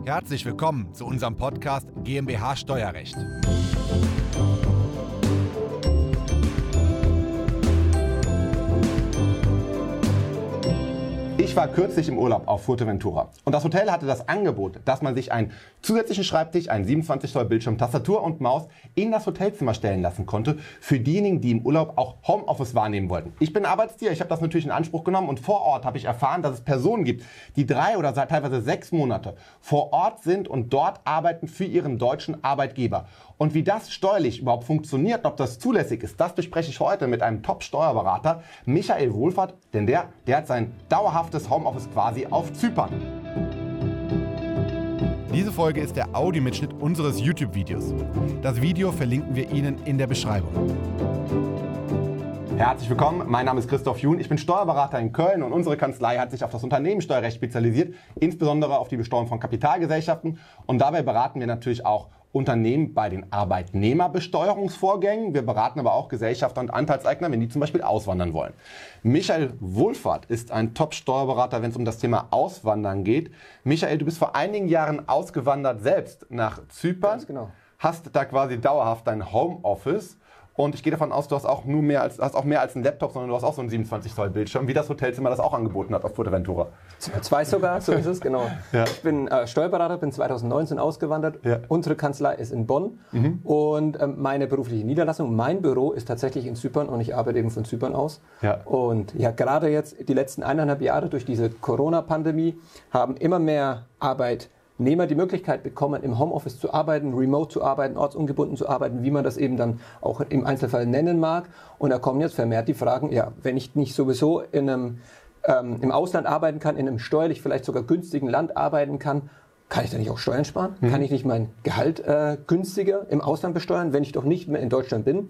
Herzlich willkommen zu unserem Podcast GmbH Steuerrecht. Ich war kürzlich im Urlaub auf Fuerteventura und das Hotel hatte das Angebot, dass man sich einen zusätzlichen Schreibtisch, einen 27 Zoll Bildschirm, Tastatur und Maus in das Hotelzimmer stellen lassen konnte für diejenigen, die im Urlaub auch Homeoffice wahrnehmen wollten. Ich bin Arbeitstier, ich habe das natürlich in Anspruch genommen und vor Ort habe ich erfahren, dass es Personen gibt, die 3 oder teilweise 6 Monate vor Ort sind und dort arbeiten für ihren deutschen Arbeitgeber. Und wie das steuerlich überhaupt funktioniert, ob das zulässig ist, das bespreche ich heute mit einem Top-Steuerberater, Michael Wohlfahrt, denn der hat sein dauerhaftes Homeoffice quasi auf Zypern. Diese Folge ist der Audiomitschnitt unseres YouTube-Videos. Das Video verlinken wir Ihnen in der Beschreibung. Herzlich willkommen, mein Name ist Christoph Jun, ich bin Steuerberater in Köln und unsere Kanzlei hat sich auf das Unternehmenssteuerrecht spezialisiert, insbesondere auf die Besteuerung von Kapitalgesellschaften, und dabei beraten wir natürlich auch Unternehmen bei den Arbeitnehmerbesteuerungsvorgängen. Wir beraten aber auch Gesellschafter und Anteilseigner, wenn die zum Beispiel auswandern wollen. Michael Wohlfahrt ist ein Top-Steuerberater, wenn es um das Thema Auswandern geht. Michael, du bist vor einigen Jahren ausgewandert selbst nach Zypern. Ganz genau. Hast da quasi dauerhaft dein Homeoffice. Und ich gehe davon aus, du hast auch mehr als einen Laptop, sondern du hast auch so einen 27 Zoll Bildschirm, wie das Hotelzimmer das auch angeboten hat auf Fuerteventura. 2 sogar, so ist es, genau. Ja. Ich bin Steuerberater, bin 2019 ausgewandert. Ja. Unsere Kanzlei ist in Bonn und meine berufliche Niederlassung, mein Büro ist tatsächlich in Zypern und ich arbeite eben von Zypern aus. Ja. Und ja, gerade jetzt die letzten 1,5 Jahre durch diese Corona-Pandemie haben immer mehr Arbeitnehmer die Möglichkeit bekommen, im Homeoffice zu arbeiten, remote zu arbeiten, ortsungebunden zu arbeiten, wie man das eben dann auch im Einzelfall nennen mag. Und da kommen jetzt vermehrt die Fragen, ja, wenn ich nicht sowieso im Ausland arbeiten kann, in einem steuerlich vielleicht sogar günstigen Land arbeiten kann ich da nicht auch Steuern sparen? Kann ich nicht mein Gehalt günstiger im Ausland besteuern, wenn ich doch nicht mehr in Deutschland bin?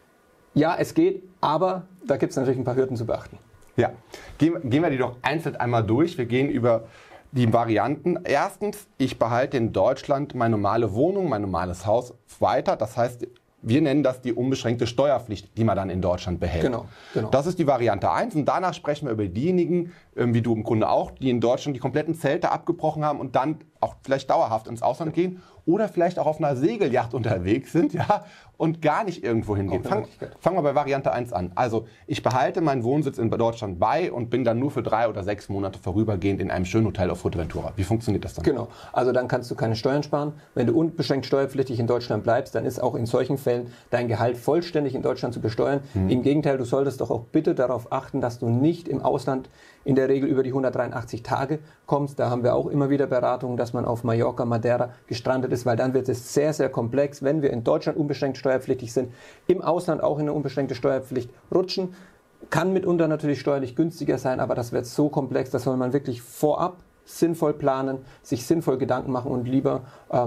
Ja, es geht, aber da gibt es natürlich ein paar Hürden zu beachten. Ja, gehen wir die doch einzeln einmal durch. Wir gehen über die Varianten. Erstens, ich behalte in Deutschland meine normale Wohnung, mein normales Haus weiter. Das heißt, wir nennen das die unbeschränkte Steuerpflicht, die man dann in Deutschland behält. Genau. Das ist die Variante 1. Und danach sprechen wir über diejenigen, wie du im Grunde auch, die in Deutschland die kompletten Zelte abgebrochen haben und dann auch vielleicht dauerhaft ins Ausland gehen oder vielleicht auch auf einer Segelyacht unterwegs sind, ja, und gar nicht irgendwo hingehen. Fangen wir bei Variante 1 an. Also ich behalte meinen Wohnsitz in Deutschland bei und bin dann nur für 3 oder 6 Monate vorübergehend in einem schönen Hotel auf Fuerteventura. Wie funktioniert das dann? Genau, also dann kannst du keine Steuern sparen. Wenn du unbeschränkt steuerpflichtig in Deutschland bleibst, dann ist auch in solchen Fällen dein Gehalt vollständig in Deutschland zu besteuern. Im Gegenteil, du solltest doch auch bitte darauf achten, dass du nicht im Ausland in der Regel über die 183 Tage kommst. Da haben wir auch immer wieder Beratungen, dass man auf Mallorca, Madeira gestrandet ist, weil dann wird es sehr, sehr komplex, wenn wir in Deutschland unbeschränkt steuerpflichtig sind, im Ausland auch in eine unbeschränkte Steuerpflicht rutschen. Kann mitunter natürlich steuerlich günstiger sein, aber das wird so komplex, das soll man wirklich vorab sinnvoll planen, sich sinnvoll Gedanken machen und lieber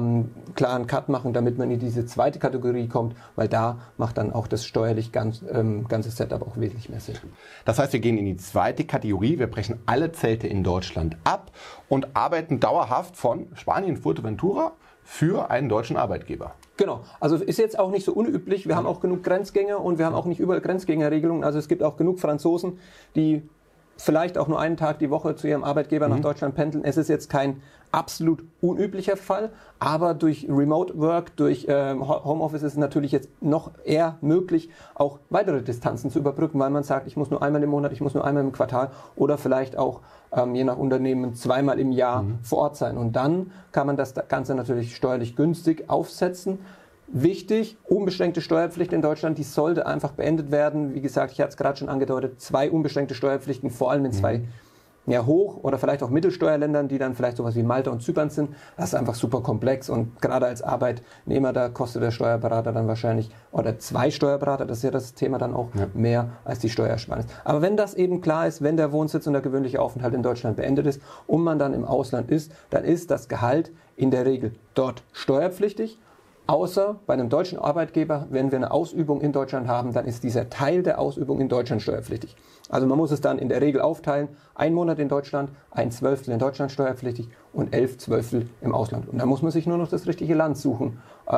klaren Cut machen, damit man in diese zweite Kategorie kommt, weil da macht dann auch das steuerlich ganze Setup auch wesentlich mehr Sinn. Das heißt, wir gehen in die zweite Kategorie, wir brechen alle Zelte in Deutschland ab und arbeiten dauerhaft von Spanien, Fuerteventura, für einen deutschen Arbeitgeber. Genau, also ist jetzt auch nicht so unüblich, wir haben auch genug Grenzgänger und wir haben auch nicht überall Grenzgängerregelungen, also es gibt auch genug Franzosen, die vielleicht auch nur einen Tag die Woche zu ihrem Arbeitgeber nach Deutschland pendeln. Es ist jetzt kein absolut unüblicher Fall, aber durch Remote Work, durch Homeoffice ist es natürlich jetzt noch eher möglich, auch weitere Distanzen zu überbrücken, weil man sagt, ich muss nur einmal im Monat, ich muss nur einmal im Quartal oder vielleicht auch je nach Unternehmen 2-mal im Jahr vor Ort sein. Und dann kann man das Ganze natürlich steuerlich günstig aufsetzen. Wichtig, unbeschränkte Steuerpflicht in Deutschland, die sollte einfach beendet werden. Wie gesagt, ich hatte es gerade schon angedeutet, 2 unbeschränkte Steuerpflichten, vor allem in 2 Hoch- oder vielleicht auch Mittelsteuerländern, die dann vielleicht sowas wie Malta und Zypern sind. Das ist einfach super komplex und gerade als Arbeitnehmer, da kostet der Steuerberater dann wahrscheinlich, oder 2 Steuerberater, das ist ja das Thema dann auch, mehr als die Steuersparnis. Aber wenn das eben klar ist, wenn der Wohnsitz und der gewöhnliche Aufenthalt in Deutschland beendet ist und man dann im Ausland ist, dann ist das Gehalt in der Regel dort steuerpflichtig. Außer bei einem deutschen Arbeitgeber, wenn wir eine Ausübung in Deutschland haben, dann ist dieser Teil der Ausübung in Deutschland steuerpflichtig. Also man muss es dann in der Regel aufteilen, 1 Monat in Deutschland, 1/12 in Deutschland steuerpflichtig und 11/12 im Ausland. Und da muss man sich nur noch das richtige Land suchen,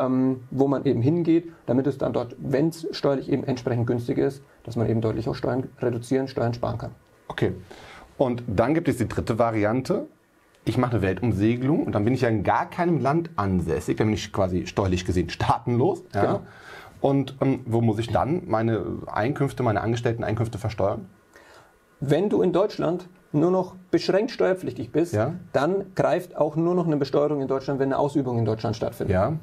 wo man eben hingeht, damit es dann dort, wenn es steuerlich eben entsprechend günstig ist, dass man eben deutlich auch Steuern reduzieren, Steuern sparen kann. Okay, und dann gibt es die dritte Variante. ich mache eine Weltumsegelung und dann bin ich ja in gar keinem Land ansässig, dann bin ich quasi steuerlich gesehen staatenlos. Ja? Genau. Und wo muss ich dann meine Einkünfte, meine Angestellteneinkünfte versteuern? Wenn du in Deutschland nur noch beschränkt steuerpflichtig bist, Ja. dann greift auch nur noch eine Besteuerung in Deutschland, wenn eine Ausübung in Deutschland stattfindet. Ja.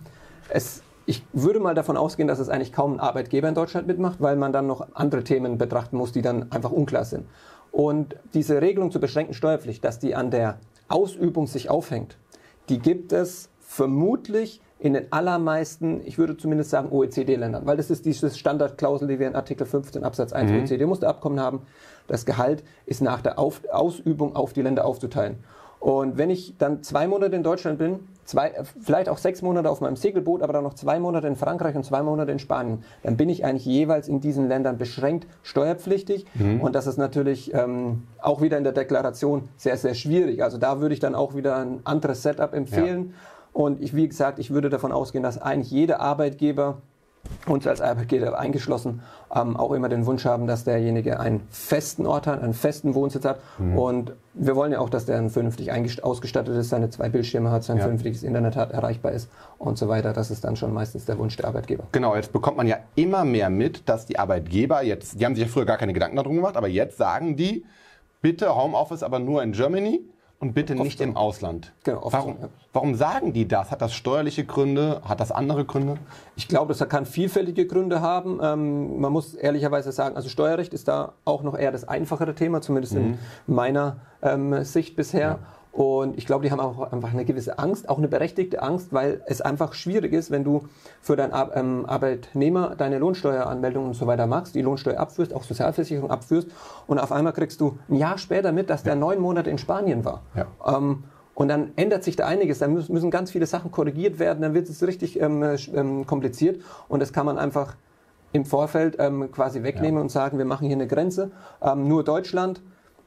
Ich würde mal davon ausgehen, dass es eigentlich kaum ein Arbeitgeber in Deutschland mitmacht, weil man dann noch andere Themen betrachten muss, die dann einfach unklar sind. Und diese Regelung zur beschränkten Steuerpflicht, dass die an der Ausübung sich aufhängt, die gibt es vermutlich in den allermeisten, ich würde zumindest sagen, OECD-Ländern, weil das ist diese Standardklausel, die wir in Artikel 15 Absatz 1 OECD-Musterabkommen haben. Das Gehalt ist nach der Ausübung auf die Länder aufzuteilen. Und wenn ich dann 2 Monate in Deutschland bin, vielleicht auch 6 Monate auf meinem Segelboot, aber dann noch 2 Monate in Frankreich und 2 Monate in Spanien, dann bin ich eigentlich jeweils in diesen Ländern beschränkt steuerpflichtig. Und das ist natürlich auch wieder in der Deklaration sehr, sehr schwierig. Also da würde ich dann auch wieder ein anderes Setup empfehlen. Ja. Und wie gesagt, ich würde davon ausgehen, dass eigentlich jeder Arbeitgeber, uns als Arbeitgeber eingeschlossen, auch immer den Wunsch haben, dass derjenige einen festen Ort hat, einen festen Wohnsitz hat. Und wir wollen ja auch, dass der vernünftig ausgestattet ist, seine 2 Bildschirme hat, sein vernünftiges Internet hat, erreichbar ist und so weiter. Das ist dann schon meistens der Wunsch der Arbeitgeber. Genau, jetzt bekommt man ja immer mehr mit, dass die Arbeitgeber jetzt, die haben sich ja früher gar keine Gedanken darum gemacht, aber jetzt sagen die, bitte Homeoffice aber nur in Germany. Und bitte nicht im Ausland. Genau, warum sagen die das? Hat das steuerliche Gründe? Hat das andere Gründe? Ich glaube, das kann vielfältige Gründe haben. Man muss ehrlicherweise sagen, also Steuerrecht ist da auch noch eher das einfachere Thema, zumindest in meiner Sicht bisher. Ja. Und ich glaube, die haben auch einfach eine gewisse Angst, auch eine berechtigte Angst, weil es einfach schwierig ist, wenn du für deinen Arbeitnehmer deine Lohnsteueranmeldung und so weiter machst, die Lohnsteuer abführst, auch Sozialversicherung abführst und auf einmal kriegst du ein Jahr später mit, dass der 9 Monate in Spanien war. Ja. Und dann ändert sich da einiges, dann müssen ganz viele Sachen korrigiert werden, dann wird es richtig kompliziert und das kann man einfach im Vorfeld quasi wegnehmen und sagen, wir machen hier eine Grenze, nur Deutschland.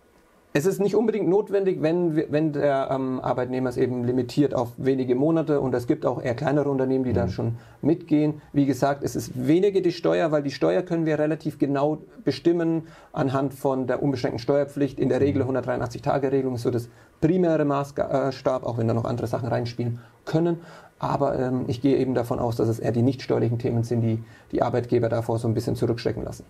Es ist nicht unbedingt notwendig, wenn der Arbeitnehmer es eben limitiert auf wenige Monate und es gibt auch eher kleinere Unternehmen, die da schon mitgehen. Wie gesagt, es ist weniger die Steuer, weil die Steuer können wir relativ genau bestimmen anhand von der unbeschränkten Steuerpflicht. In der Regel 183-Tage-Regelung ist so das primäre Maßstab, auch wenn da noch andere Sachen reinspielen können. Aber ich gehe eben davon aus, dass es eher die nicht steuerlichen Themen sind, die die Arbeitgeber davor so ein bisschen zurückschrecken lassen.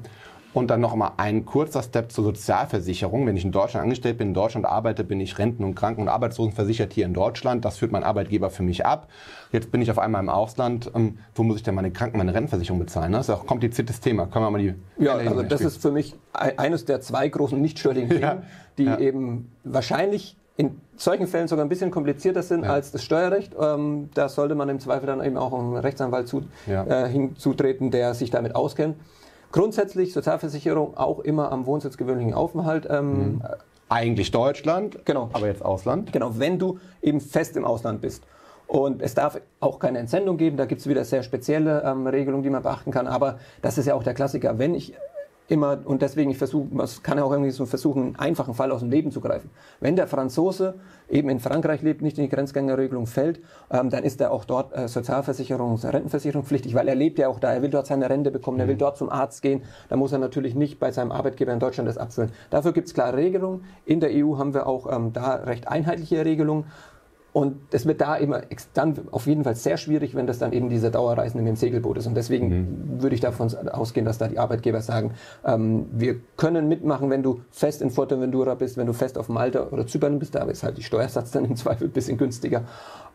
Und dann noch mal ein kurzer Step zur Sozialversicherung. Wenn ich in Deutschland angestellt bin, in Deutschland arbeite, bin ich Renten- und Kranken- und Arbeitslosenversichert hier in Deutschland. Das führt mein Arbeitgeber für mich ab. Jetzt bin ich auf einmal im Ausland. Wo muss ich denn meine meine Rentenversicherung bezahlen? Das ist auch ein kompliziertes Thema. Können wir mal die... Ja, also das ist für mich eines der 2 großen nicht steuerlichen Themen, die eben wahrscheinlich in solchen Fällen sogar ein bisschen komplizierter sind als das Steuerrecht. Da sollte man im Zweifel dann eben auch einem Rechtsanwalt hinzutreten, der sich damit auskennt. Grundsätzlich Sozialversicherung auch immer am Wohnsitz gewöhnlichen Aufenthalt. Eigentlich Deutschland, genau. Aber jetzt Ausland. Genau, wenn du eben fest im Ausland bist. Und es darf auch keine Entsendung geben, da gibt es wieder sehr spezielle Regelungen, die man beachten kann. Aber das ist ja auch der Klassiker, wenn ich immer, und deswegen man kann ja auch irgendwie so versuchen, einen einfachen Fall aus dem Leben zu greifen. Wenn der Franzose eben in Frankreich lebt, nicht in die Grenzgängerregelung fällt, dann ist er auch dort Sozialversicherung, Rentenversicherung pflichtig, weil er lebt ja auch da, er will dort seine Rente bekommen, er will dort zum Arzt gehen, da muss er natürlich nicht bei seinem Arbeitgeber in Deutschland das abfüllen. Dafür gibt es klare Regelungen. In der EU haben wir auch da recht einheitliche Regelungen. Und es wird da immer dann auf jeden Fall sehr schwierig, wenn das dann eben dieser Dauerreisende mit dem Segelboot ist. Und deswegen würde ich davon ausgehen, dass da die Arbeitgeber sagen, wir können mitmachen, wenn du fest in Fuerteventura bist, wenn du fest auf Malta oder Zypern bist, da ist halt die Steuersatz dann im Zweifel ein bisschen günstiger.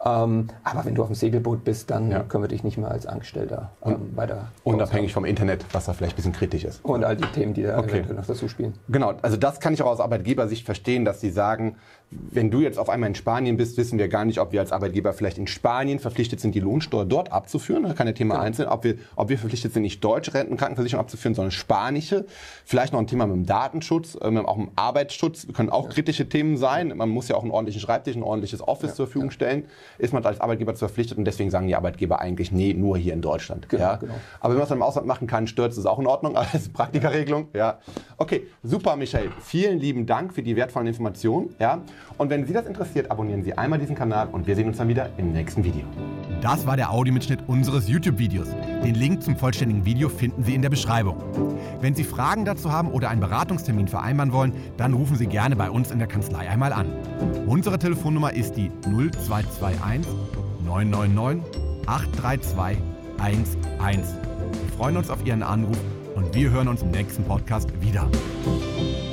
Aber wenn du auf dem Segelboot bist, dann können wir dich nicht mehr als Angestellter weiter... Unabhängig vom Internet, was da vielleicht ein bisschen kritisch ist. Und all die Themen, die da eventuell noch dazu spielen. Genau, also das kann ich auch aus Arbeitgebersicht verstehen, dass sie sagen, wenn du jetzt auf einmal in Spanien bist, wissen wir gar nicht, ob wir als Arbeitgeber vielleicht in Spanien verpflichtet sind, die Lohnsteuer dort abzuführen. Da kann der Thema einzeln, ob wir verpflichtet sind, nicht deutsche Rentenkrankenversicherung abzuführen, sondern spanische. Vielleicht noch ein Thema mit dem Datenschutz, auch im Arbeitsschutz, können auch kritische Themen sein. Man muss ja auch einen ordentlichen Schreibtisch, ein ordentliches Office zur Verfügung stellen. ist man als Arbeitgeber verpflichtet und deswegen sagen die Arbeitgeber eigentlich, nee, nur hier in Deutschland. Genau, ja? genau. Aber wenn man es dann im Ausland machen kann, stört es auch in Ordnung, aber das ist Praktikerregelung. Ja. Okay, super, Michel. Vielen lieben Dank für die wertvollen Informationen. Ja. Und wenn Sie das interessiert, abonnieren Sie einmal diesen Kanal und wir sehen uns dann wieder im nächsten Video. Das war der Audiomitschnitt unseres YouTube-Videos. Den Link zum vollständigen Video finden Sie in der Beschreibung. Wenn Sie Fragen dazu haben oder einen Beratungstermin vereinbaren wollen, dann rufen Sie gerne bei uns in der Kanzlei einmal an. Unsere Telefonnummer ist die 0221 999 832 11. Wir freuen uns auf Ihren Anruf und wir hören uns im nächsten Podcast wieder.